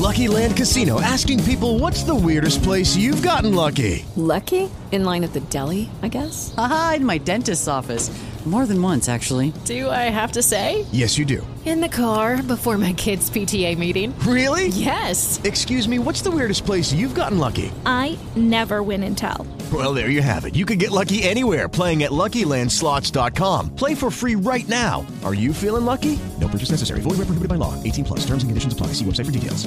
Lucky Land Casino, asking people, what's the weirdest place you've gotten lucky? Lucky? In line at the deli, I guess? Aha, in my dentist's office. More than once, actually. Do I have to say? Yes, you do. In the car before my kids' PTA meeting. Really? Yes. Excuse me, what's the weirdest place you've gotten lucky? I never win and tell. Well, there you have it. You can get lucky anywhere, playing at LuckyLandSlots.com. Play for free right now. Are you feeling lucky? No purchase necessary. Void where prohibited by law. 18 plus. Terms and conditions apply. See website for details.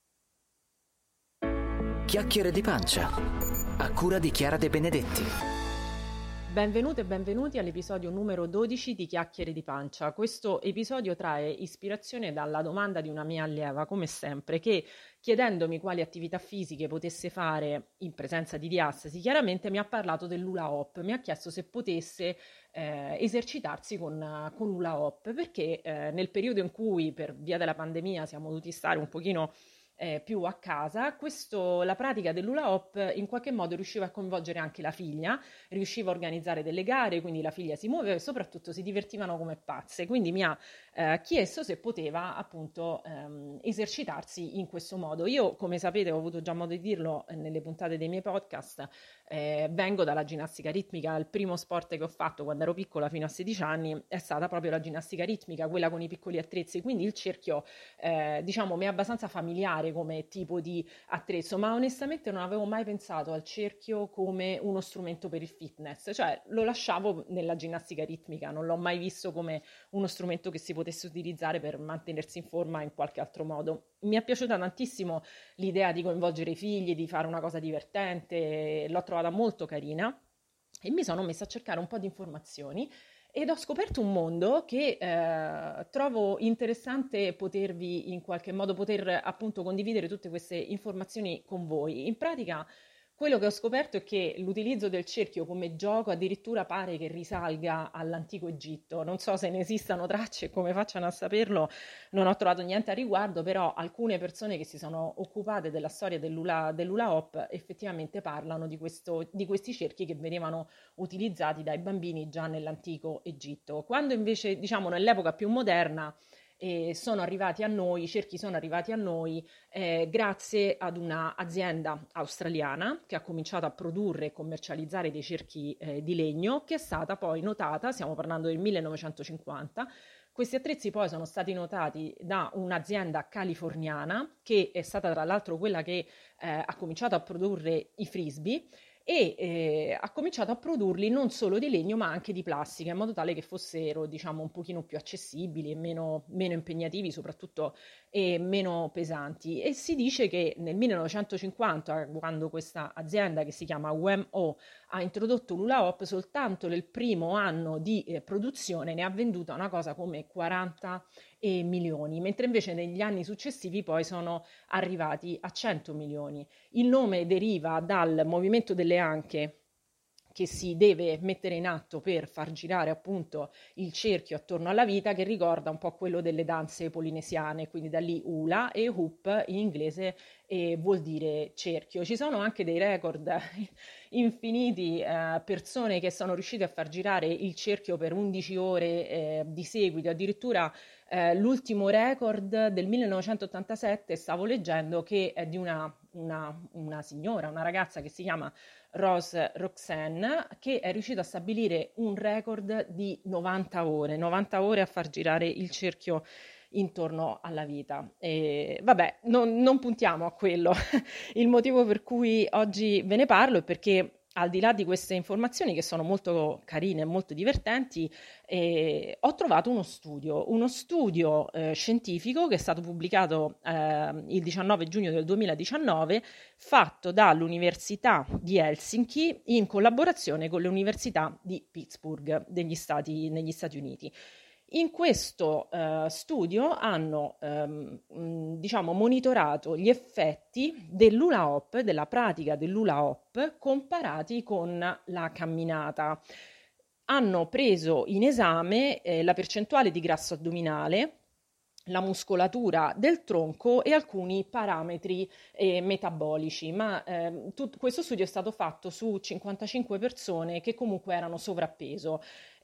Chiacchiere di pancia, a cura di Chiara De Benedetti. Benvenute e benvenuti all'episodio numero 12 di Chiacchiere di Pancia. Questo episodio trae ispirazione dalla domanda di una mia allieva, come sempre, che chiedendomi quali attività fisiche potesse fare in presenza di diastasi, chiaramente mi ha parlato dell'hula hoop, mi ha chiesto se potesse esercitarsi con l'hula hoop, perché nel periodo in cui per via della pandemia siamo dovuti stare un pochino più a casa, la pratica dell'hula hoop in qualche modo riusciva a coinvolgere anche la figlia, riusciva a organizzare delle gare, quindi la figlia si muoveva e soprattutto si divertivano come pazze, quindi mi ha chiesto se poteva appunto esercitarsi in questo modo. Io, come sapete, ho avuto già modo di dirlo nelle puntate dei miei podcast, vengo dalla ginnastica ritmica. Il primo sport che ho fatto quando ero piccola fino a 16 anni è stata proprio la ginnastica ritmica, quella con i piccoli attrezzi, quindi il cerchio diciamo mi è abbastanza familiare come tipo di attrezzo, ma onestamente non avevo mai pensato al cerchio come uno strumento per il fitness, cioè lo lasciavo nella ginnastica ritmica, non l'ho mai visto come uno strumento che si potesse utilizzare per mantenersi in forma in qualche altro modo. Mi è piaciuta tantissimo l'idea di coinvolgere i figli, di fare una cosa divertente, l'ho trovata molto carina e mi sono messa a cercare un po' di informazioni ed ho scoperto un mondo che trovo interessante potervi in qualche modo poter appunto condividere tutte queste informazioni con voi. In pratica quello che ho scoperto è che l'utilizzo del cerchio come gioco addirittura pare che risalga all'antico Egitto. Non so se ne esistano tracce e come facciano a saperlo, non ho trovato niente a riguardo, però alcune persone che si sono occupate della storia dell'hula hoop effettivamente parlano di questi cerchi che venivano utilizzati dai bambini già nell'antico Egitto. Quando invece, diciamo, nell'epoca più moderna, sono arrivati a noi, i cerchi sono arrivati a noi grazie ad un'azienda australiana che ha cominciato a produrre e commercializzare dei cerchi di legno, che è stata poi notata, stiamo parlando del 1950. Questi attrezzi poi sono stati notati da un'azienda californiana che è stata tra l'altro quella che ha cominciato a produrre i frisbee e ha cominciato a produrli non solo di legno ma anche di plastica, in modo tale che fossero, diciamo, un pochino più accessibili e meno impegnativi soprattutto e meno pesanti. E si dice che nel 1950, quando questa azienda che si chiama WMO ha introdotto l'hula hoop, soltanto nel primo anno di produzione ne ha venduta una cosa come 40 milioni, mentre invece negli anni successivi poi sono arrivati a 100 milioni. Il nome deriva dal movimento delle anche che si deve mettere in atto per far girare appunto il cerchio attorno alla vita, che ricorda un po' quello delle danze polinesiane, quindi da lì hula, e hoop in inglese vuol dire cerchio. Ci sono anche dei record infiniti, persone che sono riuscite a far girare il cerchio per 11 ore di seguito, addirittura l'ultimo record del 1987 stavo leggendo che è di una signora, una ragazza che si chiama Rose Roxanne, che è riuscita a stabilire un record di 90 ore a far girare il cerchio intorno alla vita. E vabbè, non puntiamo a quello. Il motivo per cui oggi ve ne parlo è perché, al di là di queste informazioni che sono molto carine e molto divertenti, ho trovato uno studio scientifico che è stato pubblicato il 19 giugno del 2019, fatto dall'Università di Helsinki in collaborazione con le università di Pittsburgh negli Stati Uniti. In questo studio hanno diciamo monitorato gli effetti dell'hula hoop, della pratica dell'hula hoop, comparati con la camminata. Hanno preso in esame la percentuale di grasso addominale, la muscolatura del tronco e alcuni parametri metabolici, ma questo studio è stato fatto su 55 persone che comunque erano sovrappeso.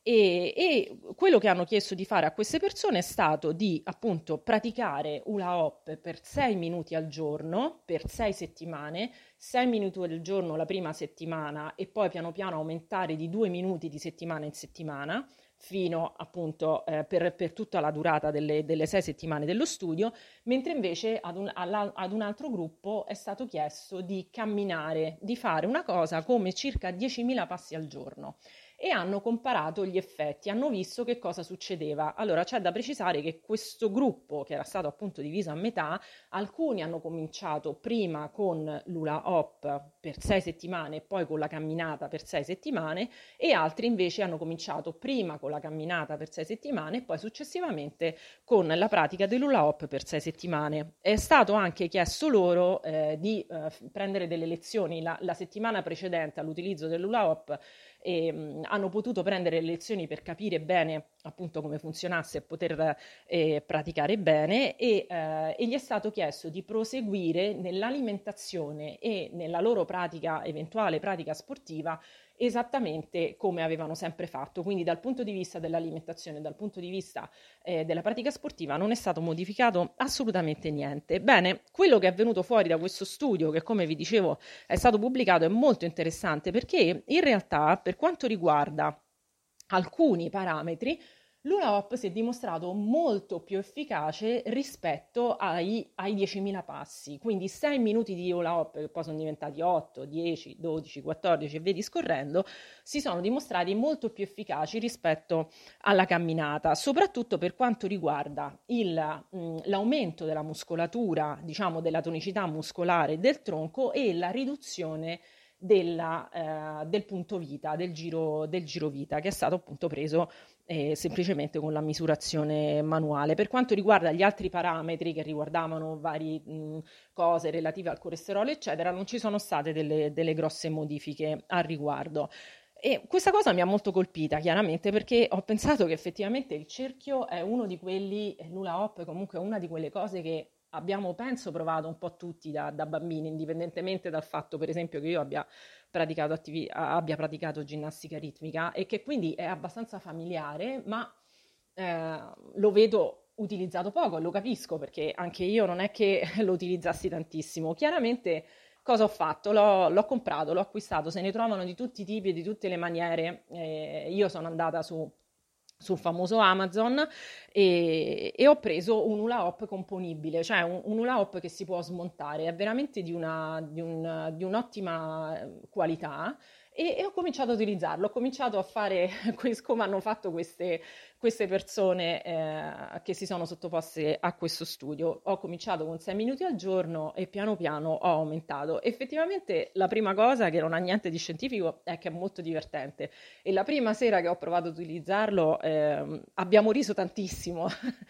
E quello che hanno chiesto di fare a queste persone è stato di appunto praticare hula hoop per 6 minuti al giorno, per 6 settimane, 6 minuti al giorno la prima settimana e poi piano piano aumentare di 2 minuti di settimana in settimana, fino appunto per tutta la durata delle 6 settimane dello studio, mentre invece ad un altro gruppo è stato chiesto di camminare, di fare una cosa come circa 10.000 passi al giorno. E hanno comparato gli effetti, hanno visto che cosa succedeva. Allora c'è da precisare che questo gruppo, che era stato appunto diviso a metà, alcuni hanno cominciato prima con l'hula hoop per 6 settimane e poi con la camminata per 6 settimane e altri invece hanno cominciato prima con la camminata per 6 settimane e poi successivamente con la pratica dell'hula hoop per 6 settimane. È stato anche chiesto loro di prendere delle lezioni la settimana precedente all'utilizzo dell'hula hoop. Hanno potuto prendere le lezioni per capire bene appunto come funzionasse e poter praticare bene e gli è stato chiesto di proseguire nell'alimentazione e nella loro eventuale pratica sportiva esattamente come avevano sempre fatto, quindi dal punto di vista dell'alimentazione, dal punto di vista della pratica sportiva non è stato modificato assolutamente niente. Bene, quello che è venuto fuori da questo studio, che come vi dicevo è stato pubblicato, è molto interessante perché in realtà per quanto riguarda alcuni parametri l'hula hoop si è dimostrato molto più efficace rispetto ai 10.000 passi, quindi 6 minuti di hula hoop che poi sono diventati 8, 10, 12, 14 e via discorrendo, si sono dimostrati molto più efficaci rispetto alla camminata, soprattutto per quanto riguarda l'aumento della muscolatura, diciamo della tonicità muscolare del tronco e la riduzione del punto vita, del giro vita, che è stato appunto preso semplicemente con la misurazione manuale. Per quanto riguarda gli altri parametri che riguardavano varie cose relative al colesterolo, eccetera, non ci sono state delle grosse modifiche al riguardo. E questa cosa mi ha molto colpita, chiaramente, perché ho pensato che effettivamente il cerchio è uno di quelli, l'hula hoop comunque è una di quelle cose che abbiamo, penso, provato un po' tutti da bambini, indipendentemente dal fatto, per esempio, che io abbia praticato ginnastica ritmica e che quindi è abbastanza familiare, ma lo vedo utilizzato poco e lo capisco perché anche io non è che lo utilizzassi tantissimo. Chiaramente cosa ho fatto? L'ho comprato, l'ho acquistato, se ne trovano di tutti i tipi e di tutte le maniere. Io sono andata sul famoso Amazon e ho preso un hula hoop componibile, cioè un hula hoop che si può smontare, è veramente di un'ottima qualità e ho cominciato a utilizzarlo, ho cominciato a fare come hanno fatto queste persone che si sono sottoposte a questo studio. Ho cominciato con 6 minuti al giorno e piano piano ho aumentato. Effettivamente la prima cosa, che non ha niente di scientifico, è che è molto divertente e la prima sera che ho provato ad utilizzarlo abbiamo riso tantissimo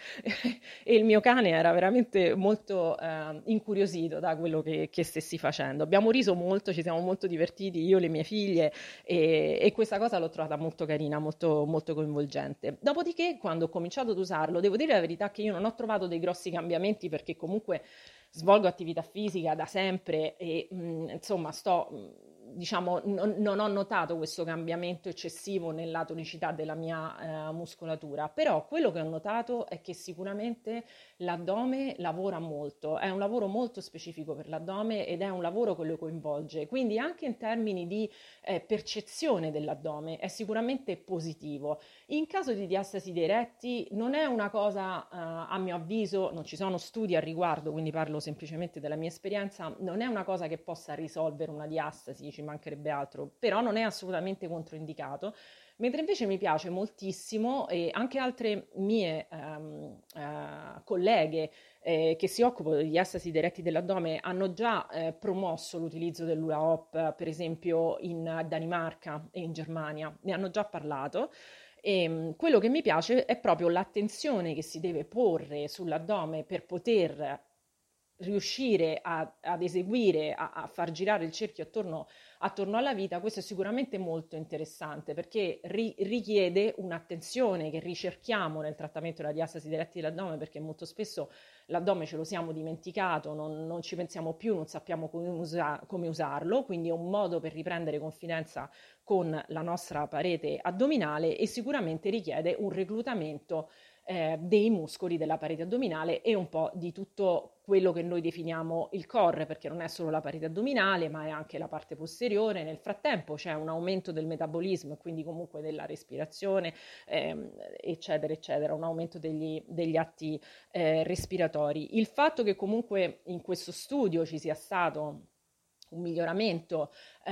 e il mio cane era veramente molto incuriosito da quello che stessi facendo. Abbiamo riso molto, ci siamo molto divertiti, io e le mie figlie, e questa cosa l'ho trovata molto carina, molto, molto coinvolgente. Dopodiché, quando ho cominciato ad usarlo, devo dire la verità che io non ho trovato dei grossi cambiamenti perché comunque svolgo attività fisica da sempre e insomma diciamo, non ho notato questo cambiamento eccessivo nella tonicità della mia muscolatura, però quello che ho notato è che sicuramente l'addome lavora molto, è un lavoro molto specifico per l'addome ed è un lavoro che lo coinvolge, quindi anche in termini di percezione dell'addome è sicuramente positivo. In caso di diastasi dei retti non è una cosa, a mio avviso, non ci sono studi al riguardo, quindi parlo semplicemente della mia esperienza, non è una cosa che possa risolvere una diastasi, ci mancherebbe altro, però non è assolutamente controindicato, mentre invece mi piace moltissimo e anche altre mie colleghe che si occupano di diastasi dei retti dell'addome hanno già promosso l'utilizzo dell'hula hoop, per esempio in Danimarca e in Germania, ne hanno già parlato. E quello che mi piace è proprio l'attenzione che si deve porre sull'addome per poter riuscire ad eseguire, a far girare il cerchio attorno alla vita, questo è sicuramente molto interessante, perché richiede un'attenzione che ricerchiamo nel trattamento della diastasi dei retti dell'addome, perché molto spesso l'addome ce lo siamo dimenticato, non ci pensiamo più, non sappiamo come usarlo, quindi è un modo per riprendere confidenza con la nostra parete addominale e sicuramente richiede un reclutamento dei muscoli della parete addominale e un po' di tutto quello che noi definiamo il core, perché non è solo la parete addominale ma è anche la parte posteriore. Nel frattempo c'è un aumento del metabolismo, quindi comunque della respirazione, eccetera eccetera, un aumento degli atti respiratori. Il fatto che comunque in questo studio ci sia stato un miglioramento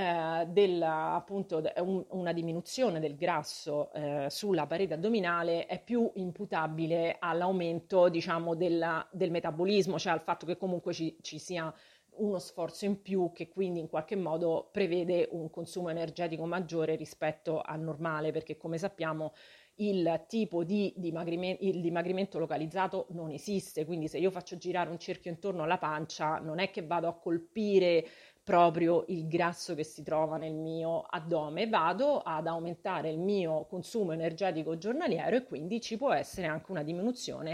appunto una diminuzione del grasso sulla parete addominale è più imputabile all'aumento, diciamo, del metabolismo, cioè al fatto che comunque ci sia uno sforzo in più che quindi in qualche modo prevede un consumo energetico maggiore rispetto al normale, perché come sappiamo il tipo di dimagrimento localizzato non esiste, quindi se io faccio girare un cerchio intorno alla pancia non è che vado a colpire proprio il grasso che si trova nel mio addome, vado ad aumentare il mio consumo energetico giornaliero e quindi ci può essere anche una diminuzione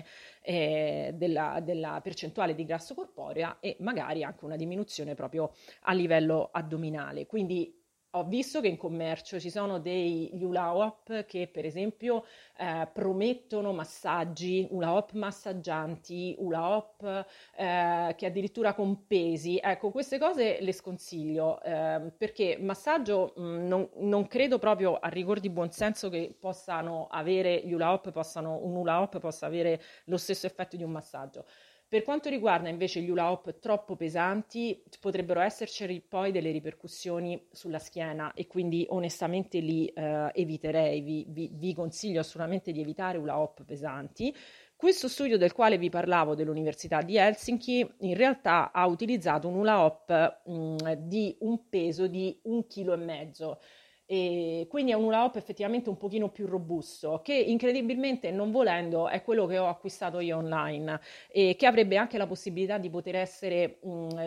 della percentuale di grasso corporea e magari anche una diminuzione proprio a livello addominale. Quindi ho visto che in commercio ci sono degli hula hoop che per esempio promettono massaggi, hula hoop massaggianti, hula hoop che addirittura con pesi. Ecco, queste cose le sconsiglio perché massaggio non credo proprio a rigor di buonsenso che possano avere un hula hoop possa avere lo stesso effetto di un massaggio. Per quanto riguarda invece gli hula hoop troppo pesanti, potrebbero esserci poi delle ripercussioni sulla schiena e quindi onestamente li eviterei, vi consiglio assolutamente di evitare hula hoop pesanti. Questo studio del quale vi parlavo dell'Università di Helsinki in realtà ha utilizzato un hula hoop di un peso di 1,5 kg. E quindi è un hula hoop effettivamente un pochino più robusto, che incredibilmente, non volendo, è quello che ho acquistato io online e che avrebbe anche la possibilità di poter essere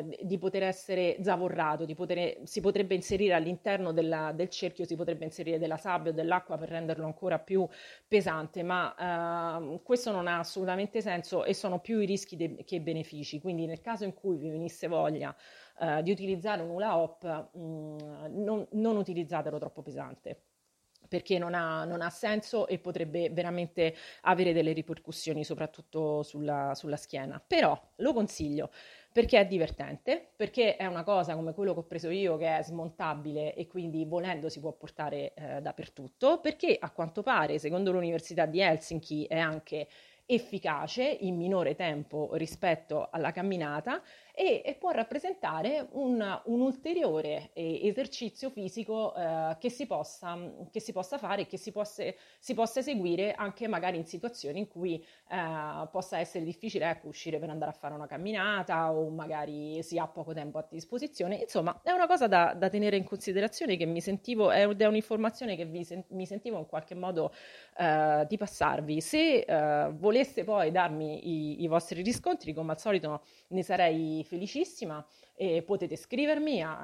zavorrato, si potrebbe inserire all'interno del cerchio, si potrebbe inserire della sabbia o dell'acqua per renderlo ancora più pesante, ma questo non ha assolutamente senso e sono più i rischi che i benefici. Quindi nel caso in cui vi venisse voglia di utilizzare un hula hoop, non utilizzatelo troppo pesante, perché non ha senso e potrebbe veramente avere delle ripercussioni soprattutto sulla schiena. Però lo consiglio perché è divertente, perché è una cosa come quello che ho preso io che è smontabile e quindi volendo si può portare dappertutto, perché a quanto pare, secondo l'Università di Helsinki, è anche efficace in minore tempo rispetto alla camminata e può rappresentare un ulteriore esercizio fisico che si possa fare e che si possa eseguire anche magari in situazioni in cui possa essere difficile uscire per andare a fare una camminata o magari si ha poco tempo a disposizione. Insomma, è una cosa da tenere in considerazione che mi sentivo, ed è un'informazione che mi sentivo in qualche modo di passarvi. Se voleste poi darmi i vostri riscontri, come al solito ne sarei felicissima e potete scrivermi a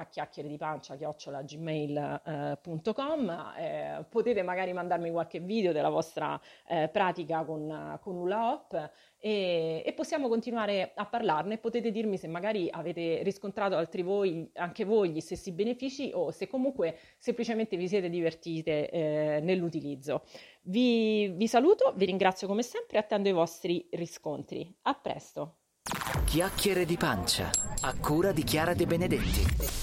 chiacchieredipancia@gmail.com, potete magari mandarmi qualche video della vostra pratica con hula hoop e possiamo continuare a parlarne. Potete dirmi se magari avete riscontrato anche voi gli stessi benefici o se comunque semplicemente vi siete divertite nell'utilizzo. Vi saluto, vi ringrazio come sempre e attendo i vostri riscontri. A presto! Chiacchiere di pancia, a cura di Chiara De Benedetti.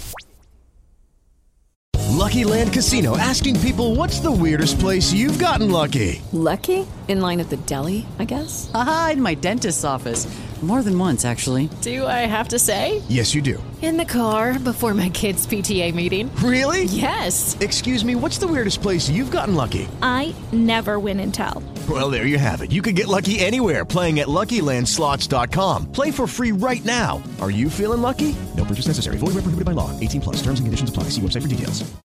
Lucky Land Casino, asking people, what's the weirdest place you've gotten lucky? Lucky? In line at the deli, I guess? Aha, in my dentist's office. More than once, actually. Do I have to say? Yes, you do. In the car before my kids' PTA meeting. Really? Yes. Excuse me, what's the weirdest place you've gotten lucky? I never win and tell. Well, there you have it. You can get lucky anywhere, playing at LuckyLandSlots.com. Play for free right now. Are you feeling lucky? No purchase necessary. Void where prohibited by law. 18+. Terms and conditions apply. See website for details.